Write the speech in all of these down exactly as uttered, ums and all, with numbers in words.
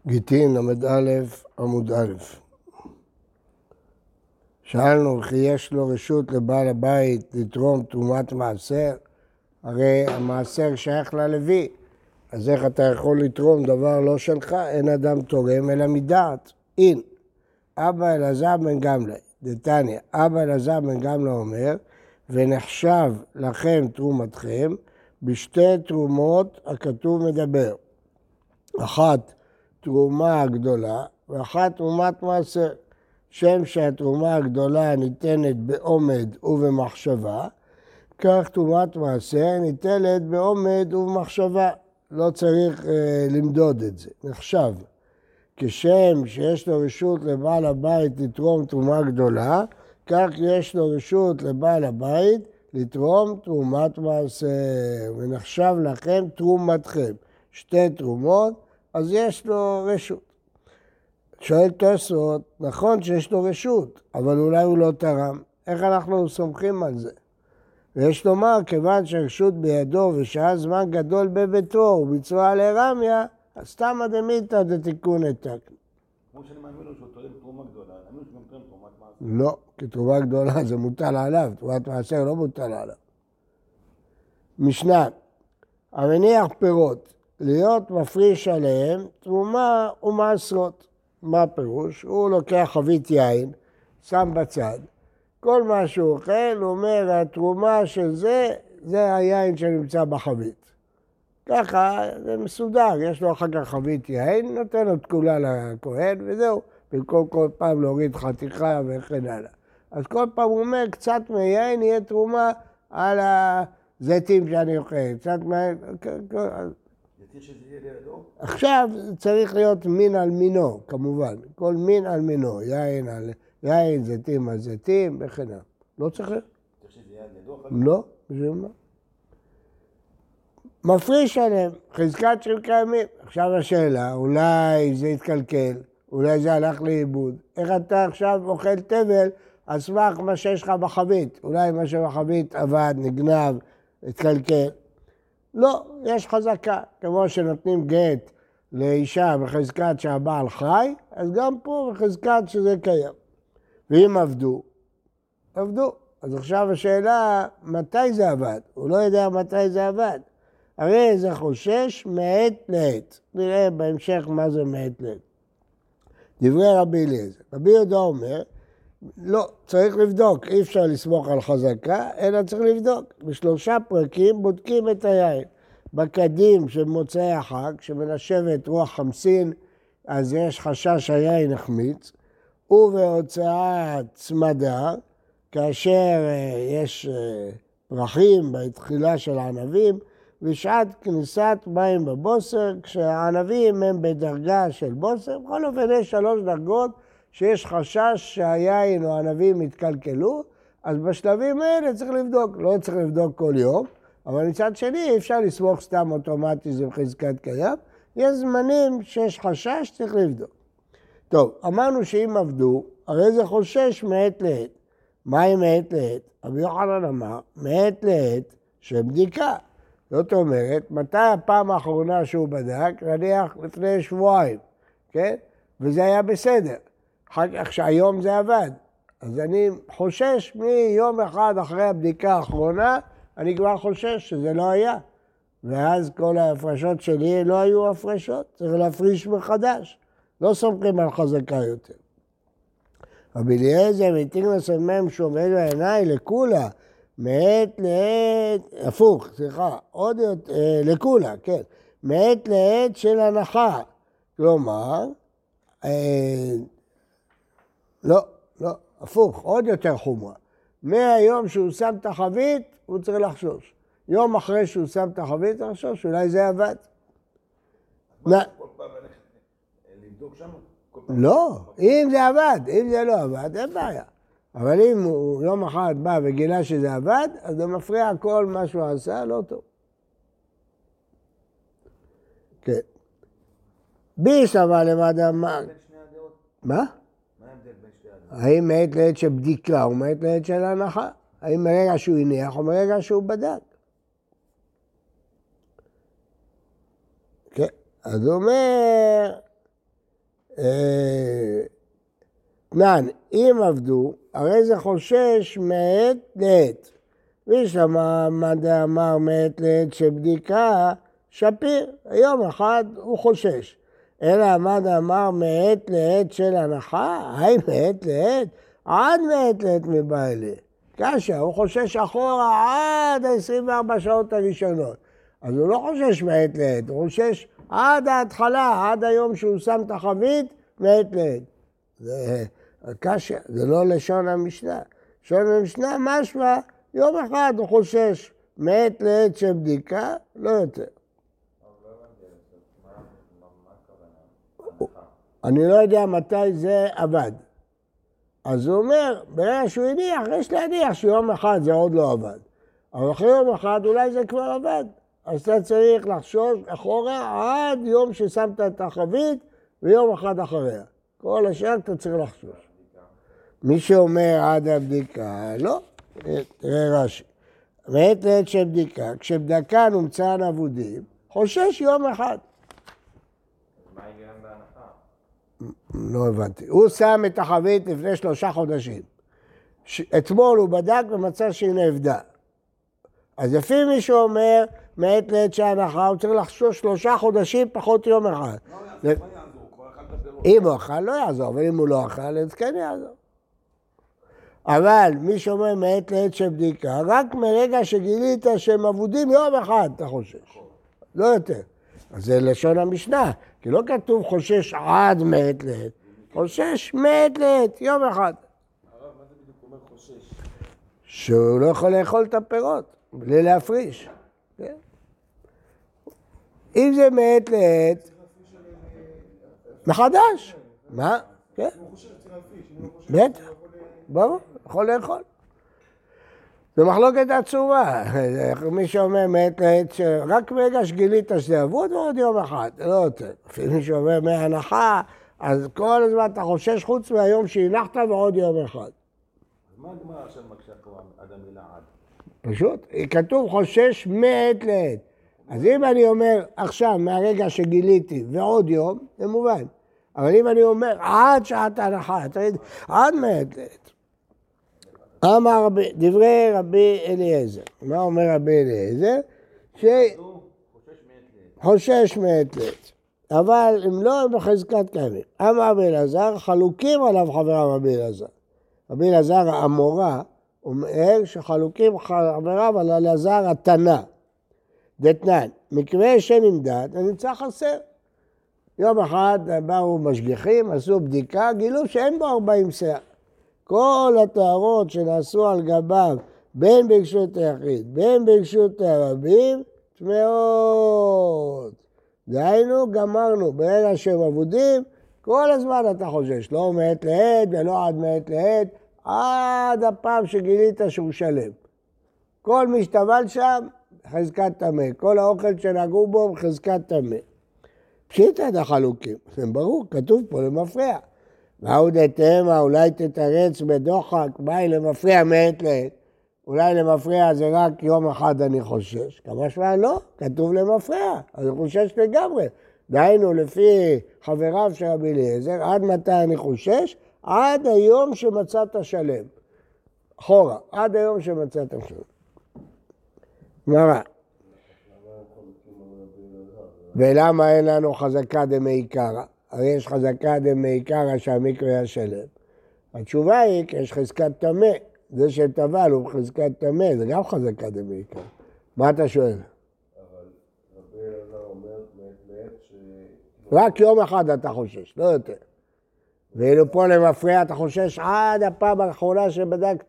גיטין, למד א', עמוד א'. שאלנו, כי יש לו רשות לבעל הבית לתרום תרומת מעשר? הרי המעשר שייך ללוי, אז איך אתה יכול לתרום דבר לא שלך? אין אדם תורם אלא מדעת. אין, אבא אלעזר בן גמלא, דתניא, אבא אלעזר בן גמלא אומר, ונחשב לכם תרומתכם בשתי תרומות הכתוב מדבר. אחת תרומה הגדולה ואחת תרומת מעשר. שם שהתרומה הגדולה ניתנת בעומד ובמחשבה, כך תרומת מעשר ניתנת בעומד ובמחשבה. לא צריך אה, למדוד את זה, נחשב. כשם שיש לו רשות לבעל הבית לתרום תרומה גדולה, כך יש לו רשות לבעל הבית לתרום תרומת מעשר. ונחשב לכם תרומתכם. שתי תרומות, אז יש לו רשות. שואל תוספות, נכון שיש לו רשות, אבל אולי הוא לא תרם. איך אנחנו סומכים על זה? ויש לומר, כיוון שהרשות בידו ושעה זמן גדול בביתו וביצוע לרמיה, אז סתם דמיתא דתיקון העתק. כמו שאני מאמין לו שהוא תורם תרומה גדולה, אני מאמין שהוא תורם תרומת מעשר. לא, כי תרומה גדולה זה מוטל עליו, תרומת מעשר לא מוטל עליו. משנה, המניח פירות, להיות מפריש עליהם תרומה ומעשרות. מה הפירוש? הוא לוקח חבית יין, שם בצד. כל מה שהוא אוכל, הוא אומר, התרומה של זה, זה היין שנמצא בחבית. ככה זה מסודר, יש לו אחר כך חבית יין, נותן לו תקולה לכהן וזהו, במקום כל פעם להוריד חתיכה וכן הלאה. אז כל פעם הוא אומר, קצת מיין יהיה תרומה על הזיתים שאני אוכל, קצת מיין... עכשיו צריך להיות מין על מינו, כמובן. כל מין על מינו, יין על יין, זיתים על זיתים, וכן הלאה. לא צריך להיות? צריך שזה יהיה לידו? לא, בשביל מה? מפריש עליהם, חזקת שהם קיימים. עכשיו השאלה, אולי זה התקלקל, אולי זה הלך לאיבוד. איך אתה עכשיו אוכל תבל על סמך מה שיש לך בחבית? אולי מה שבחבית עבד, נגנב, התקלקל. לא, יש חזקה. כמו שנותנים גט לאישה בחזקת שהבעל חי, אז גם פה בחזקת שזה קיים. ואם עבדו, עבדו. אז עכשיו השאלה, מתי זה עבד? הוא לא יודע מתי זה עבד. הרי זה חושש מעת לעת. נראה בהמשך מה זה מעת לעת. דברי רבי אליעזר. רבי יהודה אומר, לא, צריך לבדוק. אי אפשר לסמוך על חזקה, אלא צריך לבדוק. בשלושה פרקים בודקים את היין. בקדים של מוצאי החג, שמנשבת רוח חמסין, אז יש חשש שהיין החמיץ. ובהוצאת צמדה, כאשר יש פרחים בתחילה של הענבים, ושעת כניסת מים בבוסר, כשהענבים הם בדרגה של בוסר, בכל אופן יש שלוש דרגות שיש חשש שהיין או הענבים יתקלקלו, אז בשלבים האלה צריך לבדוק, לא צריך לבדוק כל יום, אבל מצד שני אי אפשר לסמוך סתם אוטומטי, זה בחזקת קיים, יש זמנים שיש חשש, צריך לבדוק. טוב, אמרנו שאם עבדו, הרי זה חושש מעת לעת. מהי מעת לעת? רבי יוחנן אמר, מעת לעת של בדיקה. זאת אומרת, מתי הפעם האחרונה שהוא בדק? נניח לפני שבועיים, כן? וזה היה בסדר. אחר כך שהיום זה עבד. אז אני חושש מיום אחד אחרי הבדיקה האחרונה, אני כבר חושש שזה לא היה. ואז כל ההפרשות שלי לא היו הפרשות, צריך להפריש מחדש. לא סומכים על חזקה יותר. רבי אליעזר מתיגנס מם שעומד בעיניי לכולה, מעת לעת, הפוך, סליחה, עוד יותר, אה, לכולה, כן, מעת לעת של הנחה. כלומר, אה, לא, לא, הפוך, עוד יותר חומרה. מהיום שהוא שם את החבית, הוא צריך לחשוש. יום אחרי שהוא שם את החבית, הוא לחשוש, אולי זה עבד. לא, אם זה עבד, אם זה לא עבד, אין בעיה. אבל אם הוא יום אחד בא וגילה שזה עבד, אז זה מפריע כל מה שהוא עשה, לא טוב. כן. ביס אבל לבד אמר... מה? מה ההבדל בין שתי הדעות? האם מעת לעת של בדיקה או מעת לעת של הנחה? האם מרגע שהוא הניח או מרגע שהוא בדק? כן, אז הוא אומר... תנן, אם עבדו, הרי זה חושש מעת לעת. ושמע מה דאמר מעת לעת שבדיקה שפיר, יום אחד הוא חושש. אלא מה דאמר מעת לעת של הנחה, היי מעת לעת, עד מעת לעת מבעלה. קשה, הוא חושש אחורה עד ה-עשרים וארבע שעות הראשונות. אז הוא לא חושש מעת לעת, הוא חושש עד ההתחלה, עד היום שהוא שם את החבית, מעת לעת. זה קשה, זה לא לשון המשנה. לשון המשנה משמע, יום אחד הוא חושש מעת לעת של בדיקה, לא יותר. אני לא יודע מתי זה עבד. אז הוא אומר, ברגע שהוא הניח, יש להניח שיום אחד זה עוד לא עבד. אבל אחרי יום אחד אולי זה כבר עבד. אז אתה צריך לחשוש אחורה עד יום ששמת את החבית ויום אחד אחריה. כל השאר אתה צריך לחשוש. מי שאומר עד הבדיקה, לא. תראה רש"י. מעת לעת של בדיקה, כשבדקה נומצאן אבודים, חושש יום אחד. מה ההיגיון בהנחה? לא הבנתי. הוא שם את החבית לפני שלושה חודשים. אתמול הוא בדק ומצא שהיא נאבדה. אז לפי מי שאומר, מעת לעת שההנחה, הוא צריך לחשוש שלושה חודשים פחות יום אחד. לא יעזור, מה יעזור? כבר אכל את הפירות. אם הוא אכל, לא יעזור, אבל אם הוא לא אכל, אז כן יעזור. אבל מי שאומר מעת לעת של בדיקה, רק מרגע שגילית שהם אבודים יום אחד אתה חושש. לא יותר. אז זה לשון המשנה, כי לא כתוב חושש עד מעת לעת, חושש מעת לעת, יום אחד. הרב, מה זה בדיוק אומר חושש? שהוא לא יכול לאכול את הפירות, בלי להפריש. כן? אם זה מעת לעת, מחדש. מה? כן? בטח. ברור, יכול לאכול. זה מחלוקת עצומה. מי שאומר מעת לעת, רק ברגע שגילית שזה אבוד ועוד יום אחד, לא יותר. אפילו מי שאומר מהנחה, אז כל הזמן אתה חושש חוץ מהיום שהנחת ועוד יום אחד. אז מה הגמרא עכשיו מקשה פה עד המילה עד? פשוט, כתוב חושש מעת לעת. אז אם אני אומר עכשיו, מהרגע שגיליתי ועוד יום, זה מובן. אבל אם אני אומר עד שעת ההנחה, תגיד עד מעת לעת. אמר רבי, דברי רבי אליעזר. מה אומר רבי אליעזר? שחושש מעת לעת. אבל אם לא, הם בחזקת קיימים. אמר רבי אלעזר, חלוקים עליו חבריו רבי אלעזר. רבי אלעזר האמורא אומר שחלוקים חבריו על אלעזר התנא. דתנן, מקווה שנמדד, נמצא חסר. יום אחד באו משגיחים, עשו בדיקה, גילו שאין בו ארבעים שיער. כל התוארות שנעשו על גביו, בין ברשות היחיד, בין ברשות הרבים, טמאות. דהיינו, גמרנו, ברגע שהם אבודים, כל הזמן אתה חושש, לא מעת לעת ולא עד מעת לעת, עד הפעם שגילית שהוא שלם. כל מי שטבל שם, חזקת טמא. כל האוכל שנגעו בו, חזקת טמא. פשיטא דחלוקים, זה ברור, כתוב פה למפרע. מהו דתמה, אולי תתרץ בדוחק, באי למפרע מעת לעת. אולי למפרע זה רק יום אחד אני חושש. כמה שמה לא, כתוב למפרע, אז אני חושש לגמרי. דהיינו, לפי חבריו של רבי אליעזר, עד מתי אני חושש? עד היום שמצאת שלם. אחורה, עד היום שמצאת שלם. גמרא. ולמה אין לנו חזקה דמעיקרא? הרי יש חזקה דמעיקרא שהמקווה היה שלם. התשובה היא, כי יש חזקת טמא. זה שטבל הוא חזקת טמא, זה גם חזקה דמעיקרא. מה אתה שואל? אבל רבי אלעזר אומר מעת לעת ש... רק יום אחד אתה חושש, לא יותר. ואילו פה למפרע אתה חושש עד הפעם האחרונה שבדקת.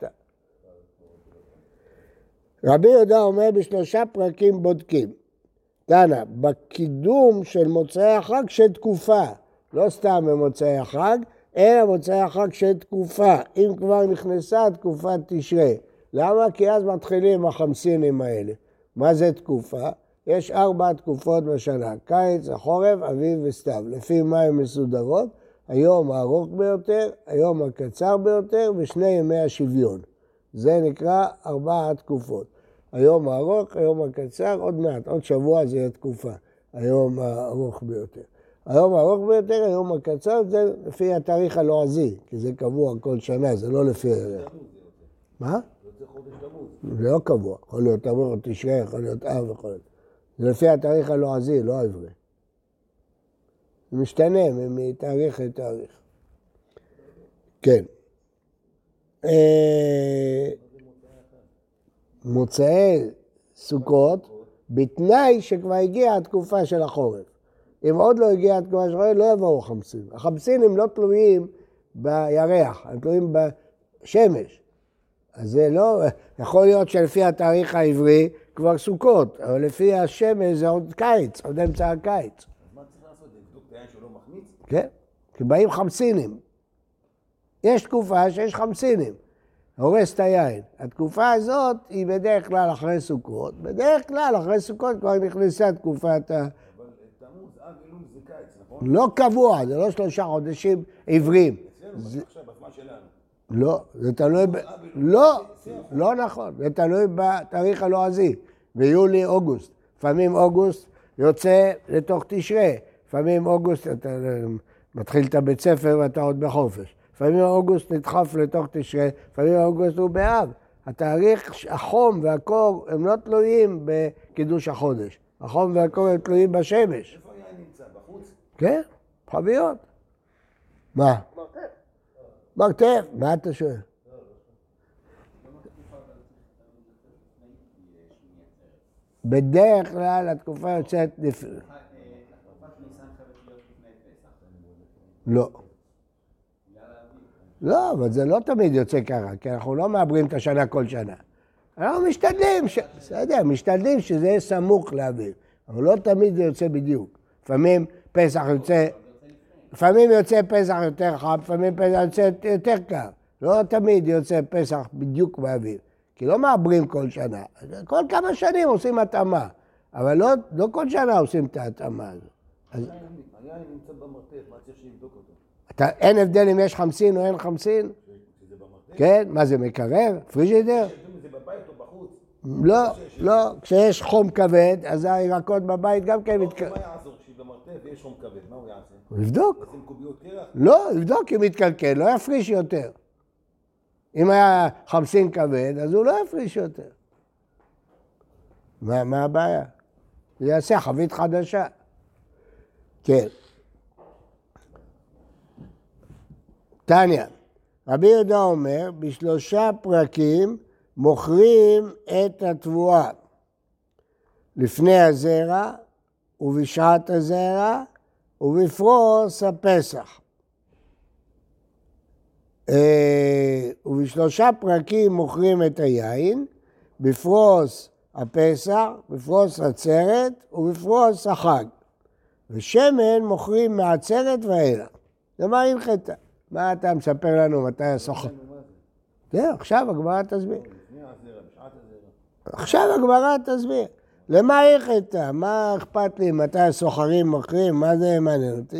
רבי יהודה אומר בשלושה פרקים בודקים. תנא, בקידום של מוצאי החג של תקופה, לא סתם במוצאי החג, אלא מוצאי החג של תקופה, אם כבר נכנסה תקופת תשרי. למה? כי אז מתחילים החמסינים האלה. מה זה תקופה? יש ארבע תקופות בשנה, קיץ, החורף, אביב וסתיו. לפי מה הן מסודרות? היום הארוך ביותר, היום הקצר ביותר ושני ימי השוויון. זה נקרא ארבע תקופות. היום הארוך, היום הקצר, עוד מעט, עוד שבוע זה יהיה תקופה, היום הארוך ביותר. היום הארוך ביותר, היום הקצר, זה לפי התאריך הלועזי, כי זה קבוע כל שנה, זה לא לפי הירח. מה? זה יוצא חודש תמוז. זה לא קבוע, יכול להיות תמוז או תשרי, יכול להיות אב, יכול להיות. זה לפי התאריך הלועזי, לא העברי. זה משתנה מתאריך לתאריך. כן. מוצאי סוכות, בתנאי שכבר הגיעה התקופה של החורף. אם עוד לא הגיעה התקופה של החורף, לא יבואו חמסין. החמסין הם לא תלויים בירח, הם תלויים בשמש. אז זה לא, יכול להיות שלפי התאריך העברי כבר סוכות, אבל לפי השמש זה עוד קיץ, עוד אמצע הקיץ. אז מה צריך לעשות? לבדוק את העין שלא מחמיץ? כן, כי באים חמסינים. יש תקופה שיש חמסינים, הורס את היין. התקופה הזאת היא בדרך כלל אחרי סוכות, בדרך כלל אחרי סוכות כבר נכנסה תקופת ה... אבל תמוז, אב, אלול זה קיץ, נכון? לא קבוע, זה לא שלושה חודשים עבריים. אצלנו, עכשיו, בזמן שלנו. לא, זה תלוי ב... לא, לא נכון, זה תלוי בתאריך הלועזי, ביולי-אוגוסט. לפעמים אוגוסט יוצא לתוך תשרי, לפעמים אוגוסט, אתה מתחיל את הבית ספר ואתה עוד בחופש. לפעמים אוגוסט נדחף לתוך תשרי, לפעמים אוגוסט הוא באב. התאריך, החום והקור הם לא תלויים בקידוש החודש. החום והקור הם תלויים בשמש. איפה היין נמצא? בחוץ? כן, חביות. מה? מרתף, מה אתה שואל? בדרך כלל התקופה יוצאת לפני. לא. לא, אבל זה לא תמיד יוצא ככה, כי אנחנו לא מעברים את השנה כל שנה. אנחנו משתדלים, ש... בסדר, משתדלים שזה יהיה סמוך לאביב, אבל לא תמיד זה יוצא בדיוק. לפעמים פסח יוצא, לפעמים יוצא פסח יותר חם, לפעמים פסח יוצא יותר קר. לא תמיד יוצא פסח בדיוק באביב, כי לא מעברים כל שנה. כל כמה שנים עושים התאמה, אבל לא, לא כל שנה עושים את ההתאמה הזאת. אז... היין נמצא במרתף, מה צריך שיבדוק אותו? אתה, אין הבדל אם יש חמסין או אין חמסין? שזה במרתף? כן, מה זה מקרר? פריג'ידר? זה בבית או בחוץ? לא, לא, כשיש חום כבד, אז הירקות בבית גם כן מתקרר. מה יעזור כשהיא במרתף ויש חום כבד, מה הוא יעשה? הוא יבדוק. לשים קוביות קרח? לא, יבדוק אם מתקלקל, לא יפריש יותר. אם היה חמסין כבד, אז הוא לא יפריש יותר. מה, מה הבעיה? זה יעשה חבית חדשה. כן. תניה, רבי יהודה אומר, בשלושה פרקים מוכרים את התבואה. לפני הזרע, ובשעת הזרע, ובפרוס הפסח. ובשלושה פרקים מוכרים את היין, בפרוס הפסח, בפרוס עצרת, ובפרוס החג. ושמן מוכרים מעצרת ואילך. זה מה הלכתה? מה אתה מספר לנו מתי הסוחר? כן, עכשיו הגמרא תסביר. לפני הזרע, בשעת הזרע. עכשיו הגמרא תסביר. למה הלכתה? מה אכפת לי מתי הסוחרים מוכרים? מה זה מעניין אותי?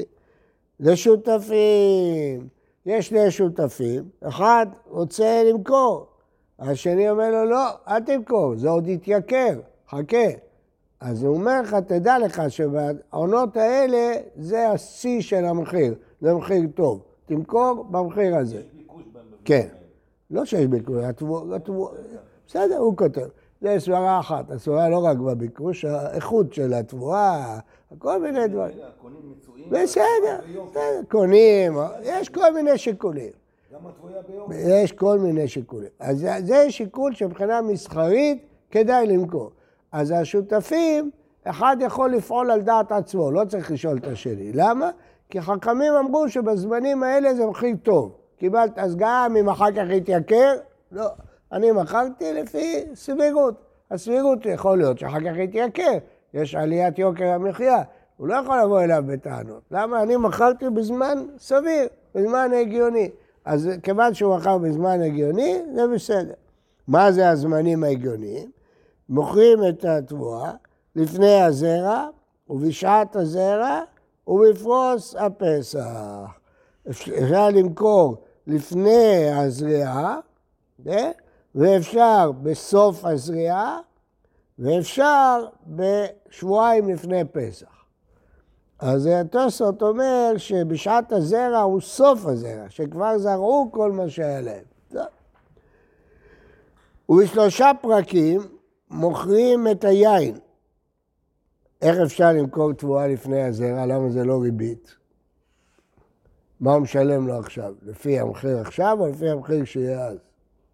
לשותפים. יש שני שותפים, אחד רוצה למכור. השני אומר לו, לא, אל תמכור, זה עוד יתייקר, חכה. אז הוא אומר לך, תדע לך שבעונות האלה זה השיא של המחיר, זה מחיר טוב. תמכור במחיר הזה. יש ביקוש במחיר. כן. לא שיש ביקוש, התבואה, בסדר, הוא כותב. זה סברה אחת, הסברה לא רק בביקוש, האיכות של התבואה, כל מיני דברים. קונים מצויים. בסדר, בסדר, קונים, יש כל מיני שיקולים. גם התבואה ביום. יש כל מיני שיקולים. אז זה, זה שיקול שמבחינה מסחרית כדאי למכור. אז השותפים, אחד יכול לפעול על דעת עצמו, לא צריך לשאול את השני. למה? כי חכמים אמרו שבזמנים האלה זה מחיר טוב. קיבלת, אז גם אם אחר כך יתייקר, לא. אני מכרתי לפי סבירות. הסבירות יכול להיות שאחר כך יתייקר. יש עליית יוקר המחיה. הוא לא יכול לבוא אליו בטענות. למה? אני מכרתי בזמן סביר, בזמן הגיוני. אז כיוון שהוא מכר בזמן הגיוני, זה בסדר. מה זה הזמנים ההגיוניים? מוכרים את התבואה לפני הזרע, ובשעת הזרע, ובפרוס הפסח. אפשר למכור לפני הזריעה, ואפשר בסוף הזריעה, ואפשר בשבועיים לפני פסח. אז התוספות אומר שבשעת הזרע הוא סוף הזרע, שכבר זרעו כל מה שהיה להם. ובשלושה פרקים מוכרים את היין. איך אפשר למכור תבואה לפני הזרע? למה זה לא ריבית? מה הוא משלם לו עכשיו? לפי המחיר עכשיו או לפי המחיר שיהיה אז?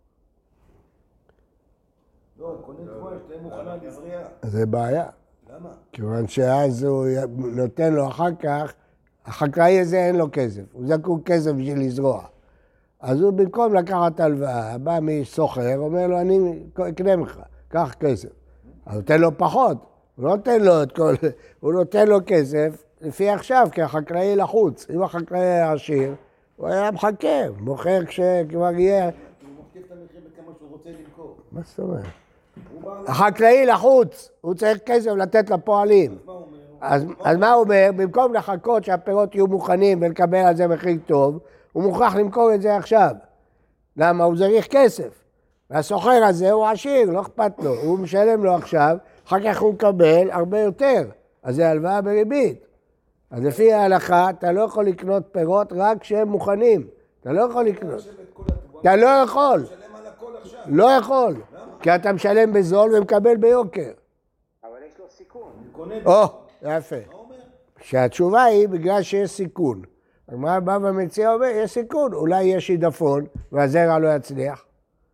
לא, קונה תבואה שתהיה מוכנה לזריעה. זה בעיה. למה? כיוון שאז הוא נותן לו אחר כך, החקלאי הזה אין לו כסף, הוא זקוק כסף בשביל לזרוע. אז הוא במקום לקחת הלוואה, בא מסוחר, אומר לו, אני אקנה ממך, קח כסף. אז הוא נותן לו פחות, הוא לא נותן לו את כל, הוא נותן לו כסף לפי עכשיו, כי החקלאי לחוץ. אם החקלאי היה עשיר, הוא היה מחכה, מוכר כשכבר יהיה... הוא מוכר את המחיר בכמה שהוא רוצה למכור. מה זאת אומרת? החקלאי לחוץ, הוא צריך כסף לתת לפועלים. אז, אז מה הוא אומר? במקום לחכות שהפירות יהיו מוכנים ולקבל על זה מחיר טוב, הוא מוכרח למכור את זה עכשיו. למה? הוא צריך כסף. והסוחר הזה הוא עשיר, לא אכפת לו. הוא משלם לו עכשיו, אחר כך הוא מקבל הרבה יותר. אז זה הלוואה בריבית. אז לפי ההלכה, אתה לא יכול לקנות פירות רק כשהם מוכנים. אתה לא יכול לקנות. אתה לא יכול. לא יכול. כי אתה משלם בזול ומקבל ביוקר. אבל יש לו סיכון. או, יפה. שהתשובה היא בגלל שיש סיכון. הגמרא בא ומציע אומר, יש סיכון, אולי יש שידפון והזרע לא יצליח.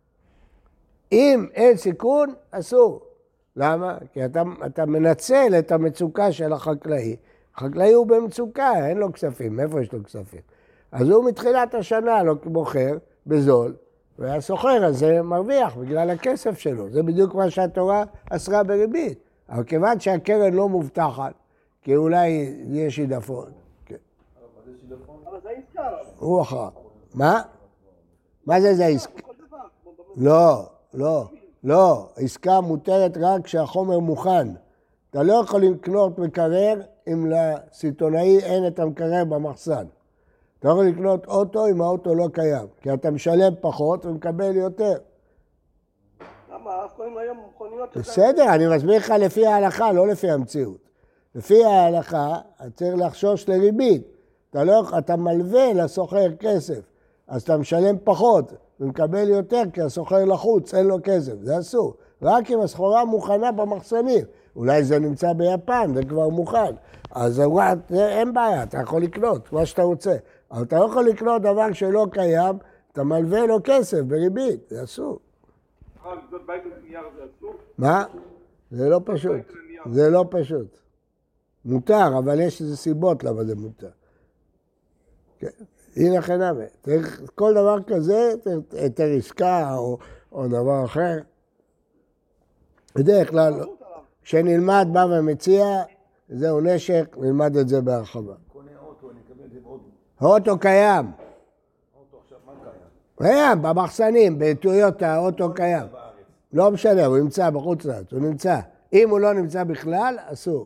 אם אין סיכון, אסור. למה? כי אתה, אתה מנצל את המצוקה של החקלאי. החקלאי הוא במצוקה, אין לו כספים, מאיפה יש לו כספים? אז הוא מתחילת השנה לא מוכר בזול, והסוחר הזה מרוויח בגלל הכסף שלו. זה בדיוק מה שהתורה אסרה בריבית. אבל כיוון שהקרן לא מובטחת, כי אולי יש שידפון. אבל זה עסקה. הוא אחר. מה? מה זה זה עסקה? לא, לא, לא. עסקה מותרת רק כשהחומר מוכן. אתה לא יכול לקנות מקרר אם לסיטונאי אין את המקרר במחסן. אתה יכול לקנות אוטו אם האוטו לא קיים, כי אתה משלם פחות ומקבל יותר. למה? אף קוראים היום מכוניות... בסדר, אני מסביר לך לפי ההלכה, לא לפי המציאות. לפי ההלכה, אתה צריך לחשוש לריבית. אתה, לא, אתה מלווה לסוחר כסף, אז אתה משלם פחות ומקבל יותר, כי הסוחר לחוץ, אין לו כסף, זה אסור. רק אם הסחורה מוכנה במחסנים. אולי זה נמצא ביפן, זה כבר מוכן. אז אין בעיה, אתה יכול לקנות מה שאתה רוצה. אבל אתה לא יכול לקנות דבר שלא קיים, אתה מלווה לו כסף בריבית, זה אסור. זאת בית לנייר זה אסור? מה? זה לא פשוט. זה לא פשוט. מותר, אבל יש איזה סיבות למה זה מותר. כן. הנה חנמי. צריך כל דבר כזה, יותר עסקה או, או דבר אחר. בדרך כלל, כשנלמד בא ומציע, זהו נשק, נלמד את זה בהרחבה. קונה אוטו, אני אקבל את זה בהודו. האוטו קיים. אוטו עכשיו, מה קיים? קיים, במחסנים, בטויוטה, האוטו קיים. לא משנה, הוא נמצא בחוץ לארץ, הוא נמצא. אם הוא לא נמצא בכלל, אסור.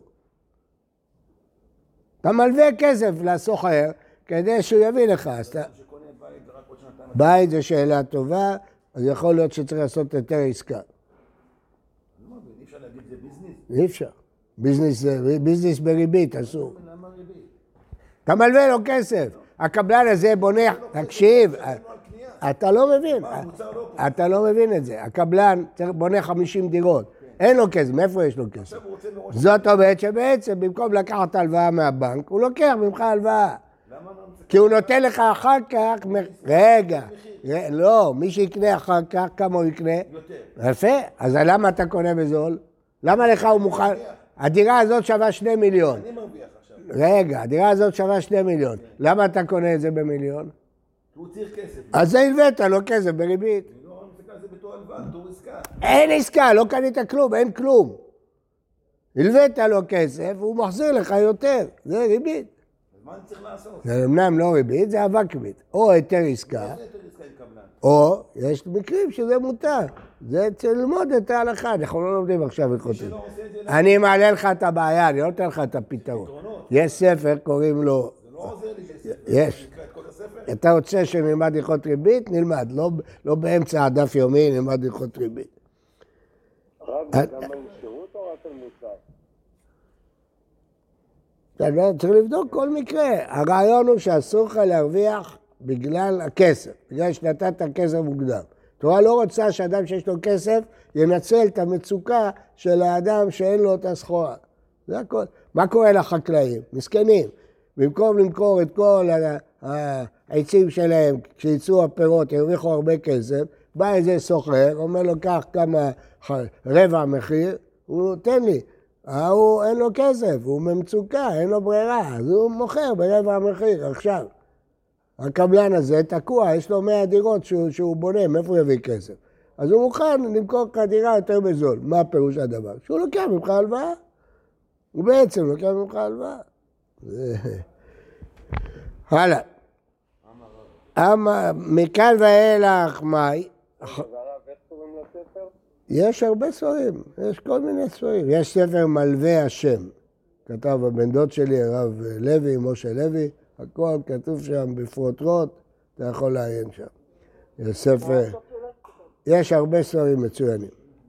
אתה מלווה כסף לסוחר, כדי שהוא יביא לך. שקונה בית זה רק עוד שנתיים. בית זה שאלה טובה, אז יכול להיות שצריך לעשות יותר עסקה. לא מבין, אי אפשר להגיד זה ביזנס? אי אפשר. ביזנס, זה- ביזנס בריבית, אסור. למה ריבית? אתה מלווה לו כסף. הקבלן הזה בונה, תקשיב, אתה לא מבין. אתה לא מבין את זה. הקבלן צריך- בונה חמישים דירות. אין לו כסף, מאיפה יש לו כסף? עכשיו הוא רוצה מראש... זאת אומרת שבעצם במקום לקחת הלוואה מהבנק, הוא לוקח ממך הלוואה. למה לא מצליח? כי הוא נותן לך אחר כך... רגע, ר- לא, מי שיקנה אחר כך, כמה הוא יקנה? יותר. יפה, אז למה אתה קונה בזול? למה לך הוא מוכן? הדירה הזאת שווה שני מיליון. אני מרוויח עכשיו. רגע, הדירה הזאת שווה שני מיליון. למה אתה קונה את זה במיליון? הוא צריך כסף. אז זה הלווית לו כסף בריבית. אני לא מסתכל על זה בתור הלוואה, בתור עסקה. אין עסקה, לא קנית כלום, אין כלום. הלווית לו כסף, הוא מחזיר לך יותר. זה ריבית. אז מה אני צריך לעשות? זה אמנם לא ריבית, זה אבק ריבית. או היתר עסקה, זה יותר עסקה עם קבלן. או יש מקרים שזה מותר. זה צריך ללמוד את ההלכה, אנחנו לא לומדים עכשיו הלכות. שלא עושה את זה, אני מעלה לך את הבעיה, אני לא נותן לך את הפתרון. יש ספר, קוראים לו... זה לא עוזר לי כסף. יש. נקרא את כל הספר? אתה רוצה שנלמד הלכות ריבית? נלמד. לא, לא באמצע הדף יומי נלמד הלכות ריבית. הרב, זה גם על שירות או רק על מוצר? אתה לא צריך לבדוק כל מקרה. הרעיון הוא שאסור לך להרוויח בגלל הכסף, בגלל שנתת כסף מוקדם. תורה לא רוצה שאדם שיש לו כסף ינצל את המצוקה של האדם שאין לו את הסחורה. זה הכל. מה קורה לחקלאים? מסכנים. במקום למכור את כל העצים שלהם, כשיצאו הפירות, ירוויחו הרבה כסף, בא איזה סוחר, אומר לו, קח כמה רבע מחיר, הוא נותן לי. הוא אין לו כסף, הוא במצוקה, אין לו ברירה, אז הוא מוכר ברבע המחיר עכשיו. הקבלן הזה תקוע, יש לו מאה דירות שהוא, שהוא בונה, מאיפה הוא יביא כסף? אז הוא מוכן למכור לך דירה יותר בזול. מה פירוש הדבר? שהוא לוקח ממך הלוואה. הוא בעצם לוקח ממך הלוואה. הלאה. מכאן ואילך מאי. יש הרבה ספרים, יש כל מיני ספרים. יש ספר מלווה השם. כתב הבן דוד שלי, הרב לוי, משה לוי. הכל כתוב שם בפרוטרוט, אתה יכול לעיין שם. יש ספר, יש הרבה ספרים מצוינים.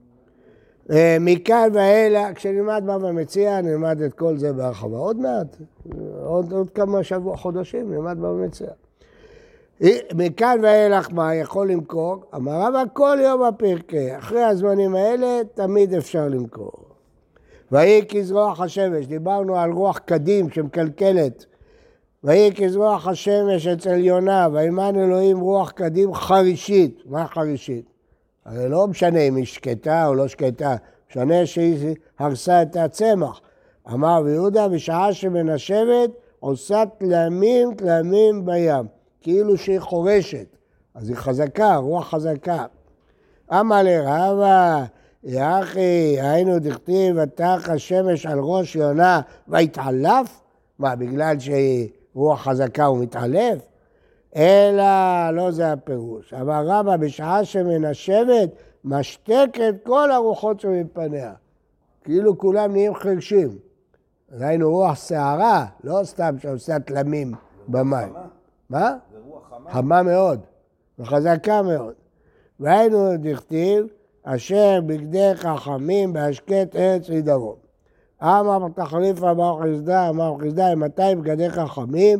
מכאן ואילך, כשנלמד בבא מציעא, נלמד את כל זה בהרחבה. עוד מעט, עוד, עוד כמה שבוע, חודשים, נלמד בבא מציעא. מכאן ואילך מה יכול למכור? אמר רבא כל יום הפרקה, אחרי הזמנים האלה תמיד אפשר למכור. ויהי כזרוח השמש, דיברנו על רוח קדים שמקלקלת. ויהי כזרוח השמש אצל יונה, וימן אלוהים רוח קדים חרישית. מה חרישית? הרי לא משנה אם היא שקטה או לא שקטה, משנה שהיא הרסה את הצמח. אמר ויהודה, בשעה שמנשבת עושה תלמים תלמים בים, כאילו שהיא חורשת. אז היא חזקה, רוח חזקה. אמר לרבא, יחי, היינו דכתיב, ותח השמש על ראש יונה ויתעלף? מה, בגלל שהיא רוח חזקה הוא מתעלף? אלא לא זה הפירוש. אבל רבא בשעה שמנשבת משתקת כל הרוחות שמפניה. כאילו כולם נהיים חרשים. ראינו רוח שערה, לא סתם שעושה תלמים במים. מה? זה רוח חמה. חמה מאוד, וחזקה מאוד. והיינו דכתיב, אשר בגדי חכמים בהשקט ארץ מדרום. אמר תחליפה בר חסדה, אמר חסדה, מתי בגדי חכמים?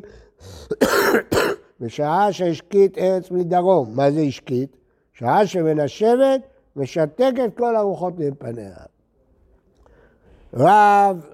בשעה שהשקיט ארץ מדרום. מה זה השקיט? שעה שמנשבת, משתקת כל הרוחות מפניה. רב,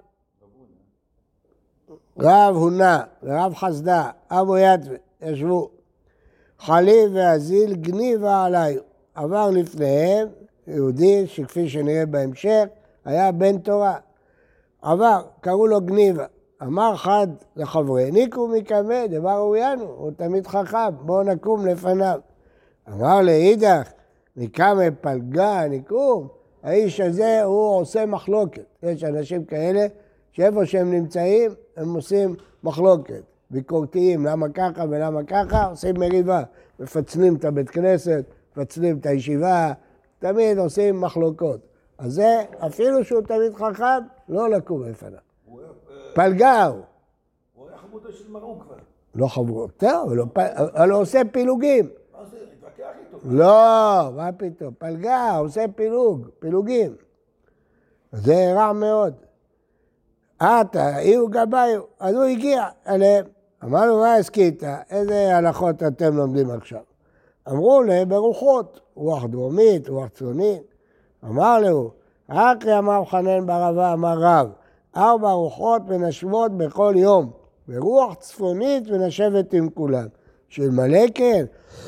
רב הונה ורב חסדה, אבו יתווה, ישבו. חליב ואזיל גניבה עליי. עבר לפניהם יהודי שכפי שנראה בהמשך, היה בן תורה. עבר, קראו לו גניבה. אמר חד לחברי, ניקו מקמא, דבר אוריינו, הוא תמיד חכם, בואו נקום לפניו. אמר לאידך, נקמא פלגה, ניקום, האיש הזה הוא עושה מחלוקת. יש אנשים כאלה שאיפה שהם נמצאים, הם עושים מחלוקת. ביקורתיים, למה ככה ולמה ככה, עושים מריבה. מפצלים את הבית כנסת, מפצלים את הישיבה, תמיד עושים מחלוקות. אז זה, אפילו שהוא תמיד חכם, לא לקום לפניו. פלגה הוא. הוא היה חמודו של מרום כבר. לא חמודו, טוב, אבל הוא עושה פילוגים. מה זה? התווכח איתו. לא, מה פתאום? פלגה, הוא עושה פילוג, פילוגים. זה רע מאוד. אתה, אילו גביו, אז הוא הגיע אליהם. אמרנו, מה הסכית? איזה הלכות אתם לומדים עכשיו? אמרו להם ברוחות, רוח דרומית, רוח צפונית. אמר לו, אחרי אמר חנן ברבה, אמר רב, ארבע רוחות מנשבות בכל יום, ורוח צפונית מנשבת עם כולם. שאלמלא כן,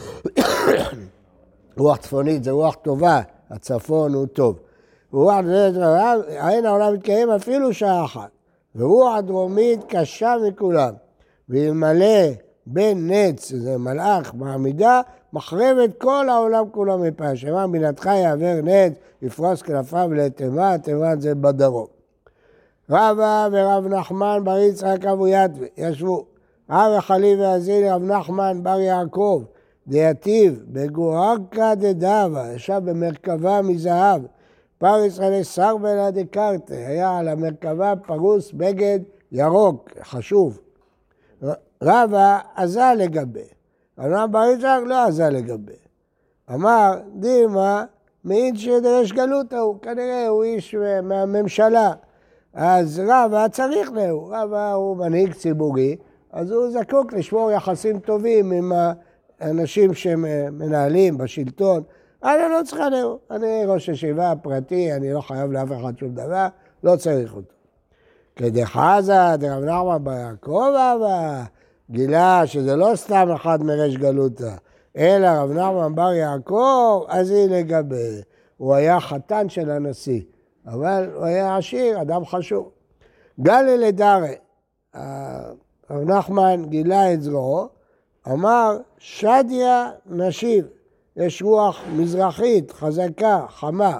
רוח צפונית זה רוח טובה, הצפון הוא טוב. ורוח דרומית, אין העולם מתקיים אפילו שעה אחת. ורוח דרומית קשה מכולם. ואלמלא בן נץ, זה מלאך בעמידה, מחרב את כל העולם כולו מפני. שאמר בינתך יעבר נץ, יפרוס כנפיו לתימן, תימן זה בדרום. רבא ורב נחמן בר יצחק אבו יתווה, ישבו. רב חליב ואזיל רב נחמן בר יעקב, דייטיב, בגורקה דדאבה, ישב במרכבה מזהב. פריס עלי סרבלה דקרטה, היה על המרכבה פרוס בגד ירוק, חשוב. רבא עזה לגבי, אמר בר יצחק לא עזה לגבי. אמר, דימה, מעיד שדרש גלות הוא, כנראה הוא איש מהממשלה. אז רבא צריך לו, רבא הוא מנהיג ציבורי, אז הוא זקוק לשמור יחסים טובים עם האנשים שמנהלים בשלטון. אני לא צריכה לו, אני ראש ישיבה פרטי, אני לא חייב לאף אחד שום דבר, לא צריך אותו. כדחזה, דרב נחמן בר יעקב אבא, גילה שזה לא סתם אחד מריש גלותא, אלא רב נחמן בר יעקב, אז היא לגבי. הוא היה חתן של הנשיא, אבל הוא היה עשיר, אדם חשוב. גלי לדרי, רב נחמן גילה את זרועו, אמר, שדיה נשיב, יש רוח מזרחית, חזקה, חמה.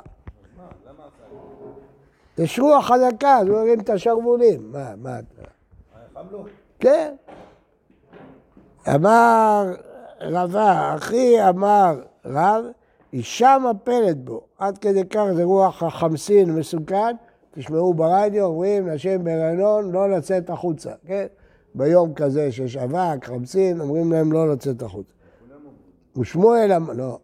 יש רוח חזקה, אז הוא הרים את השרוולים. מה, מה אתה? חם לו? כן. אמר רבה, אחי אמר רב, אישה מפלת בו. עד כדי כך זה רוח החמסין מסוכן. תשמעו ברדיו, אומרים, נשים בהיריון, לא לצאת החוצה. כן? ביום כזה שיש אבק, חמסין, אומרים להם לא לצאת החוצה. ושמואל אמר, לא,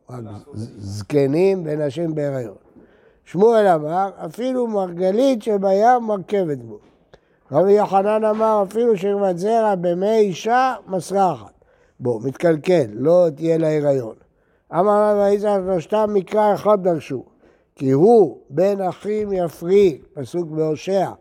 זקנים ונשים בהיריון. שמואל אמר, אפילו מרגלית שבים מרכבת בו. רבי יוחנן אמר, אפילו שכבת זרע במי אישה מסרחת. בו, מתקלקל, לא תהיה לה הריון. אמר רבי יצחק, שלושתם מקרא אחד דרשו. כי הוא בן אחים יפריק, פסוק בהושע.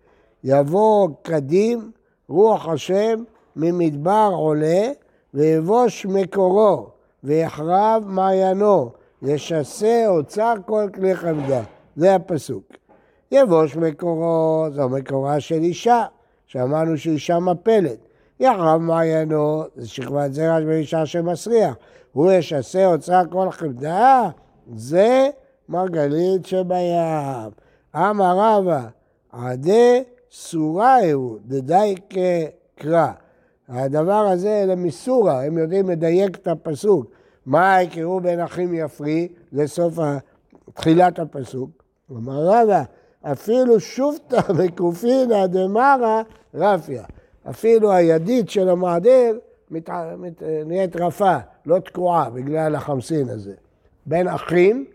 יבוא קדים, רוח השם, ממדבר עולה, ויבוש מקורו, ויחרב מעיינו. ישסה אוצר כל כלי חמדה. זה הפסוק. יבוש מקורו, זו מקורה של אישה, שאמרנו שאישה מפלת. יחרב מעיינו, זה שכבת זרע של אישה שמסריח. הוא ישסה אוצר כל חמדה, זה מרגלית שבים. אמר רבא, עדי סורה הוא, דדי כקרא. הדבר הזה למסורה, הם יודעים לדייק את הפסוק. מה יקראו בין אחים יפרי, זה סוף תחילת הפסוק. אמר רבא, אפילו שופטה מקופינה דמרה רפיה. אפילו הידית של המעדר מת... מת... נהיית רפה, לא תקועה בגלל החמסין הזה. בין אחים,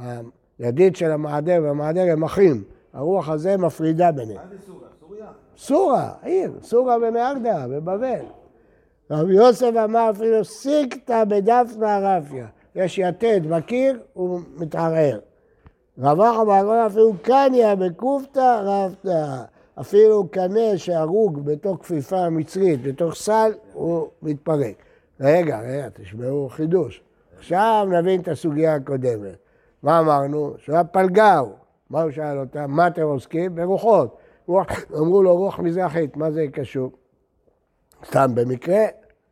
הידית של המעדר והמעדר הם אחים. הרוח הזה מפרידה ביניהם. מה זה סורה? סוריה? סורה, עיר, סורה במאגדה, בבבל. רבי יוסף אמר אפילו סיקתא בדפנה רפיה. יש יתד בקיר, הוא מתערער. רבח אמר אפילו קניה בקופתא רפתא. אפילו קנה שהרוג בתוך כפיפה מצרית, בתוך סל, הוא מתפרק. רגע, רגע, תשמעו חידוש. עכשיו נבין את הסוגיה הקודמת. מה אמרנו? שהוא היה פלגאו. מה הוא שאל אותם? מה אתם עוסקים? ברוחות. אמרו לו רוח מזרחית, מה זה קשור? סתם במקרה,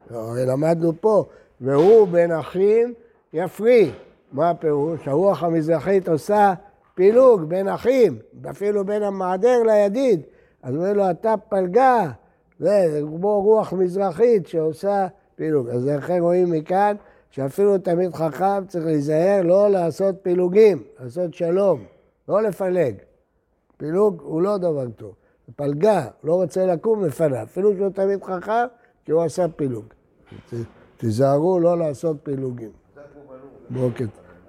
למדנו פה, והוא בין אחים יפרי. מה הפירוש? הרוח המזרחית עושה פילוג בין אחים, אפילו בין המעדר לידיד. אז הוא אומר לו, אתה פלגה, זה כמו רוח מזרחית שעושה פילוג. אז לכן רואים מכאן שאפילו תמיד חכם צריך להיזהר לא לעשות פילוגים, לעשות שלום, לא לפלג. פילוג הוא לא דבר טוב. פלגה, לא רוצה לקום לפניו, אפילו שהוא תמיד חכם, כי הוא עשה פילוג. תיזהרו לא לעשות פילוגים. בוקר.